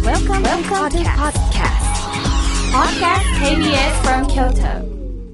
Welcome to podcast. Podcast KBS from Kyoto.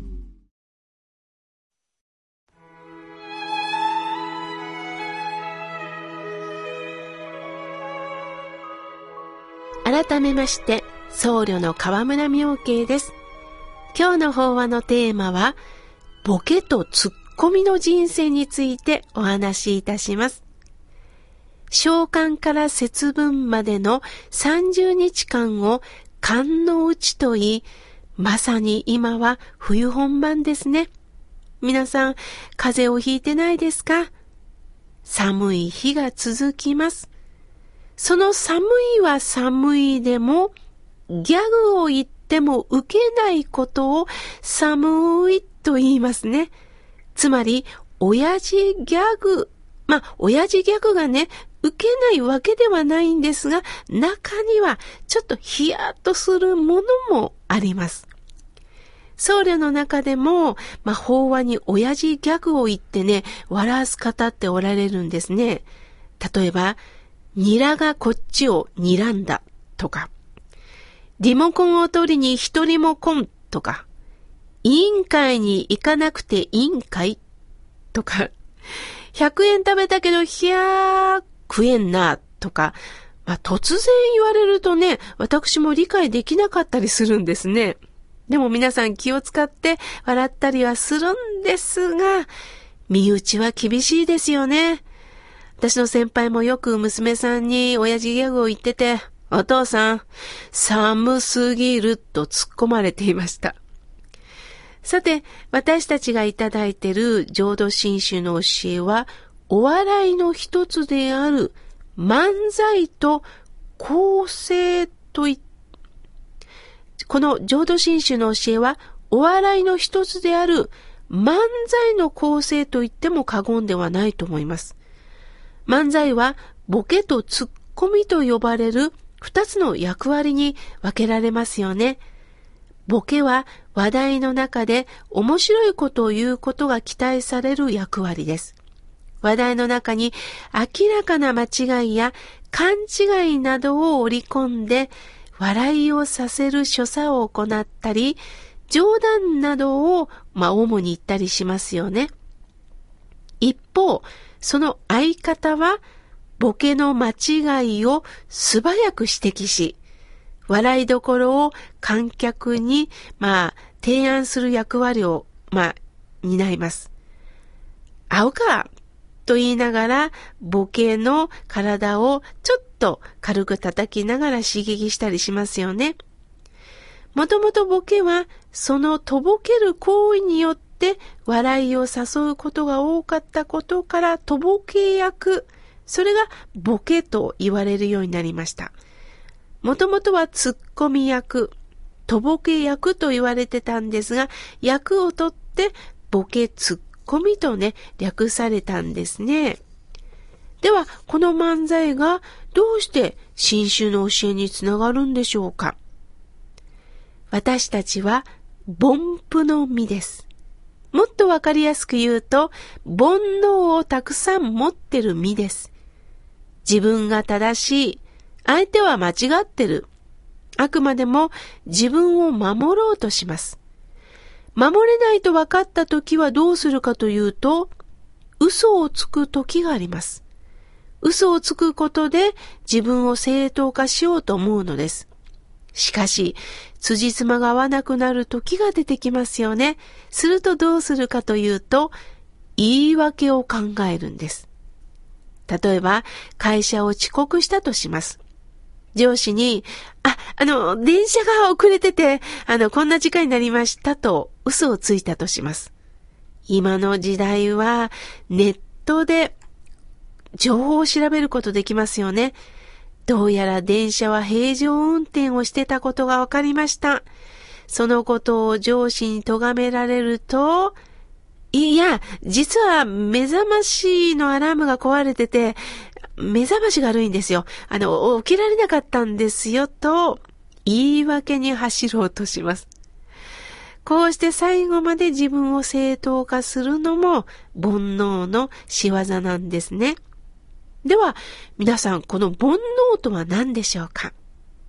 改めまして僧侶の河村妙慶です。今日の法話のテーマはボケとツッコミの人生についてお話しいたします。召喚から節分までの30日間を寒の内と言い、まさに今は冬本番ですね。皆さん風邪をひいてないですか？寒い日が続きます。その寒いは寒いでも、ギャグを言っても受けないことを寒いと言いますね。つまり、親父ギャグ。親父ギャグがね、受けないわけではないんですが、中にはちょっとヒヤッとするものもあります。僧侶の中でも、法話に親父ギャグを言ってね、笑わす方っておられるんですね。例えば、ニラがこっちを睨んだとか、リモコンを取りに一人も来んとか、委員会に行かなくていいんかいとか、100円食べたけどひゃー食えんなとか、突然言われるとね、私も理解できなかったりするんですね。でも皆さん気を使って笑ったりはするんですが、身内は厳しいですよね。私の先輩もよく娘さんに親父ギャグを言ってて、お父さん、寒すぎると突っ込まれていました。さて、私たちがいただいている浄土真宗の教えは、お笑いの一つである漫才と構成とこの浄土真宗の教えは、お笑いの一つである漫才の構成と言っても過言ではないと思います。漫才はボケとツッコミと呼ばれる二つの役割に分けられますよね。ボケは話題の中で面白いことを言うことが期待される役割です。話題の中に明らかな間違いや勘違いなどを織り込んで笑いをさせる所作を行ったり、冗談などを主に言ったりしますよね。一方、その相方はボケの間違いを素早く指摘し、笑いどころを観客に提案する役割を担います。合うかと言いながらボケの体をちょっと軽く叩きながら刺激したりしますよね。もともとボケはそのとぼける行為によって笑いを誘うことが多かったことからとぼけ役、それがボケと言われるようになりました。もともとはツッコミ役、とぼけ役と言われてたんですが、役を取ってボケツッコミとね、略されたんですね。では、この漫才がどうして真宗の教えにつながるんでしょうか。私たちは凡夫の身です。もっとわかりやすく言うと、煩悩をたくさん持ってる身です。自分が正しい、相手は間違ってる。あくまでも自分を守ろうとします。守れないと分かったときはどうするかというと、嘘をつくときがあります。嘘をつくことで自分を正当化しようと思うのです。しかし、辻褄が合わなくなる時が出てきますよね。するとどうするかというと、言い訳を考えるんです。例えば、会社を遅刻したとします。上司に、電車が遅れてて、こんな時間になりましたと嘘をついたとします。今の時代はネットで情報を調べることできますよね。どうやら電車は平常運転をしてたことが分かりました。そのことを上司に咎められると、いや、実は目覚ましのアラームが壊れてて、目覚ましが悪いんですよ。起きられなかったんですよと言い訳に走ろうとします。こうして最後まで自分を正当化するのも煩悩の仕業なんですね。では皆さん、この煩悩とは何でしょうか。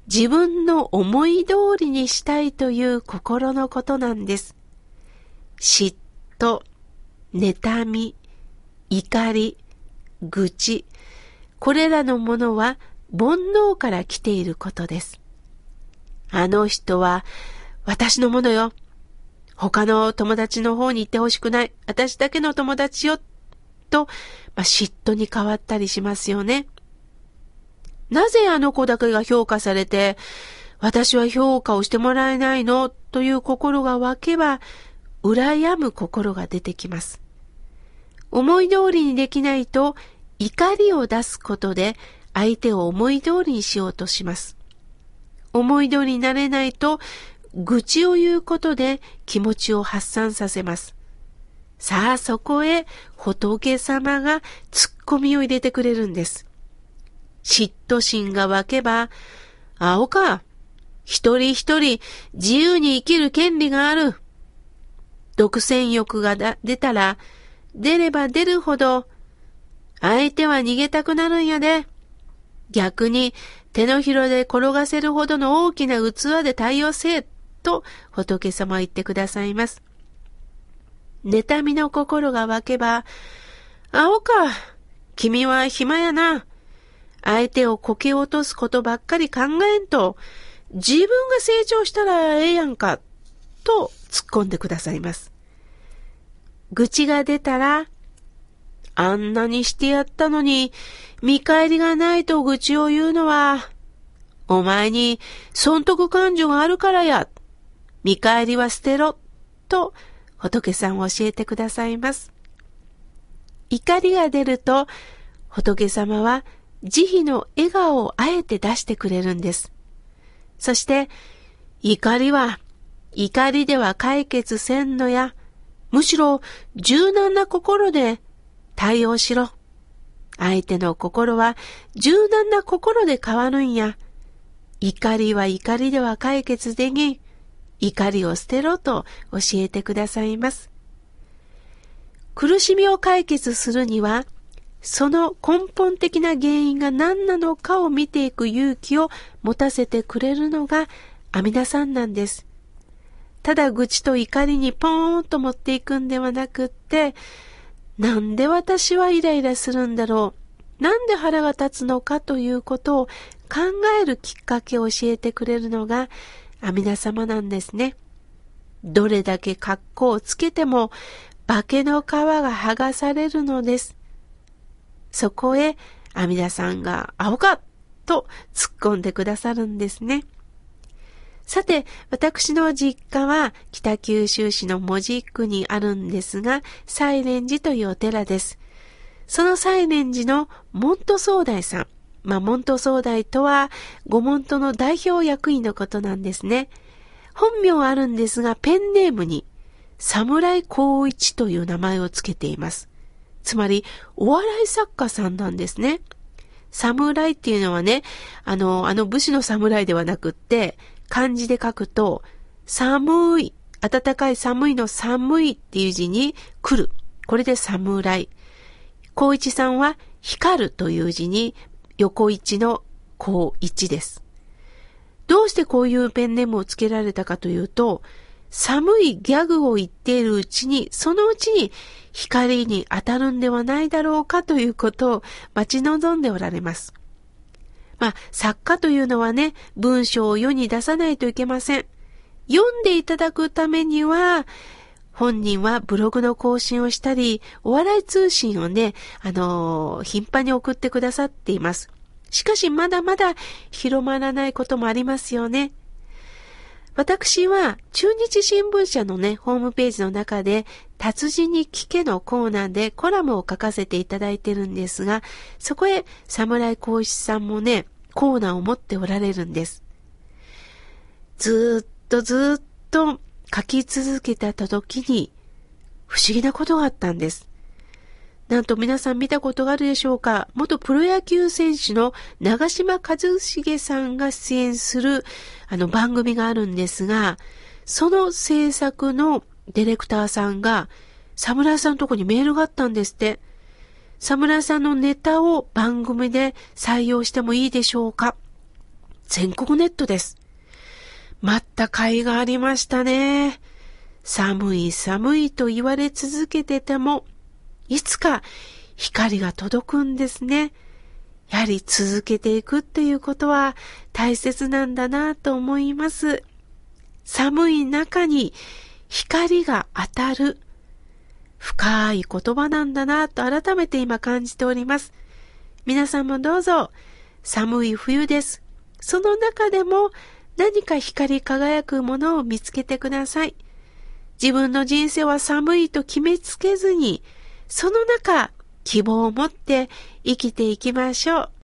自分の思い通りにしたいという心のことなんです。嫉妬、妬み、怒り、愚痴、これらのものは煩悩から来ていることです。あの人は私のものよ。他の友達の方に行ってほしくない。私だけの友達よ。と、嫉妬に変わったりしますよね。なぜあの子だけが評価されて、私は評価をしてもらえないのという心が湧けば、羨む心が出てきます。思い通りにできないと、怒りを出すことで相手を思い通りにしようとします。思い通りになれないと、愚痴を言うことで気持ちを発散させます。さあそこへ仏様がツッコミを入れてくれるんです。嫉妬心が湧けば、青か、一人一人自由に生きる権利がある。独占欲が出たら、出れば出るほど、相手は逃げたくなるんやで。逆に手のひらで転がせるほどの大きな器で対応せえ、と仏様は言ってくださいます。妬みの心が湧けば、青か、君は暇やな。相手をこけ落とすことばっかり考えんと、自分が成長したらええやんか、と突っ込んでくださいます。愚痴が出たら、あんなにしてやったのに、見返りがないと愚痴を言うのは、お前に損得感情があるからや。見返りは捨てろ、と仏さんは教えてくださいます。怒りが出ると、仏様は慈悲の笑顔をあえて出してくれるんです。そして、怒りでは解決せんのや、むしろ柔軟な心で対応しろ。相手の心は柔軟な心で変わるんや。怒りは怒りでは解決できん。怒りを捨てろと教えてくださいます。苦しみを解決するには、その根本的な原因が何なのかを見ていく勇気を持たせてくれるのが阿弥陀さんなんです。ただ愚痴と怒りにポーンと持っていくんではなくって、なんで私はイライラするんだろう、なんで腹が立つのかということを考えるきっかけを教えてくれるのが阿弥陀様なんですね。どれだけ格好をつけても化けの皮が剥がされるのです。そこへ阿弥陀さんが青かと突っ込んでくださるんですね。さて、私の実家は北九州市の門司区にあるんですが、西蓮寺というお寺です。その西蓮寺の門徒総大さん。門徒総大とは御門徒の代表役員のことなんですね。本名はあるんですが、ペンネームに侍光一という名前をつけています。つまり、お笑い作家さんなんですね。侍っていうのはね、あの武士の侍ではなくって、漢字で書くと、寒い、暖かい寒いの寒いっていう字に来る。これで侍。光一さんは光るという字に横一の光一です。どうしてこういうペンネームをつけられたかというと、寒いギャグを言っているうちに、そのうちに光に当たるんではないだろうかということを待ち望んでおられます。作家というのはね、文章を世に出さないといけません。読んでいただくためには、本人はブログの更新をしたり、お笑い通信をね、頻繁に送ってくださっています。しかしまだまだ広まらないこともありますよね。私は中日新聞社のね、ホームページの中で、達人に聞けのコーナーでコラムを書かせていただいてるんですが、そこへ侍光一さんもね、コーナーを持っておられるんです。ずっと書き続けた時に不思議なことがあったんです。なんと皆さん見たことがあるでしょうか。元プロ野球選手の長嶋一茂さんが出演する番組があるんですが、その制作のディレクターさんが侍さんのとこにメールがあったんですって。侍さんのネタを番組で採用してもいいでしょうか。 全国ネットです。待った甲斐がありましたね。寒い寒いと言われ続けてても、いつか光が届くんですね。やはり続けていくっていうことは大切なんだなと思います。寒い中に光が当たる。深い言葉なんだなと改めて今感じております。皆さんもどうぞ、寒い冬です。その中でも何か光り輝くものを見つけてください。自分の人生は寒いと決めつけずに、その中、希望を持って生きていきましょう。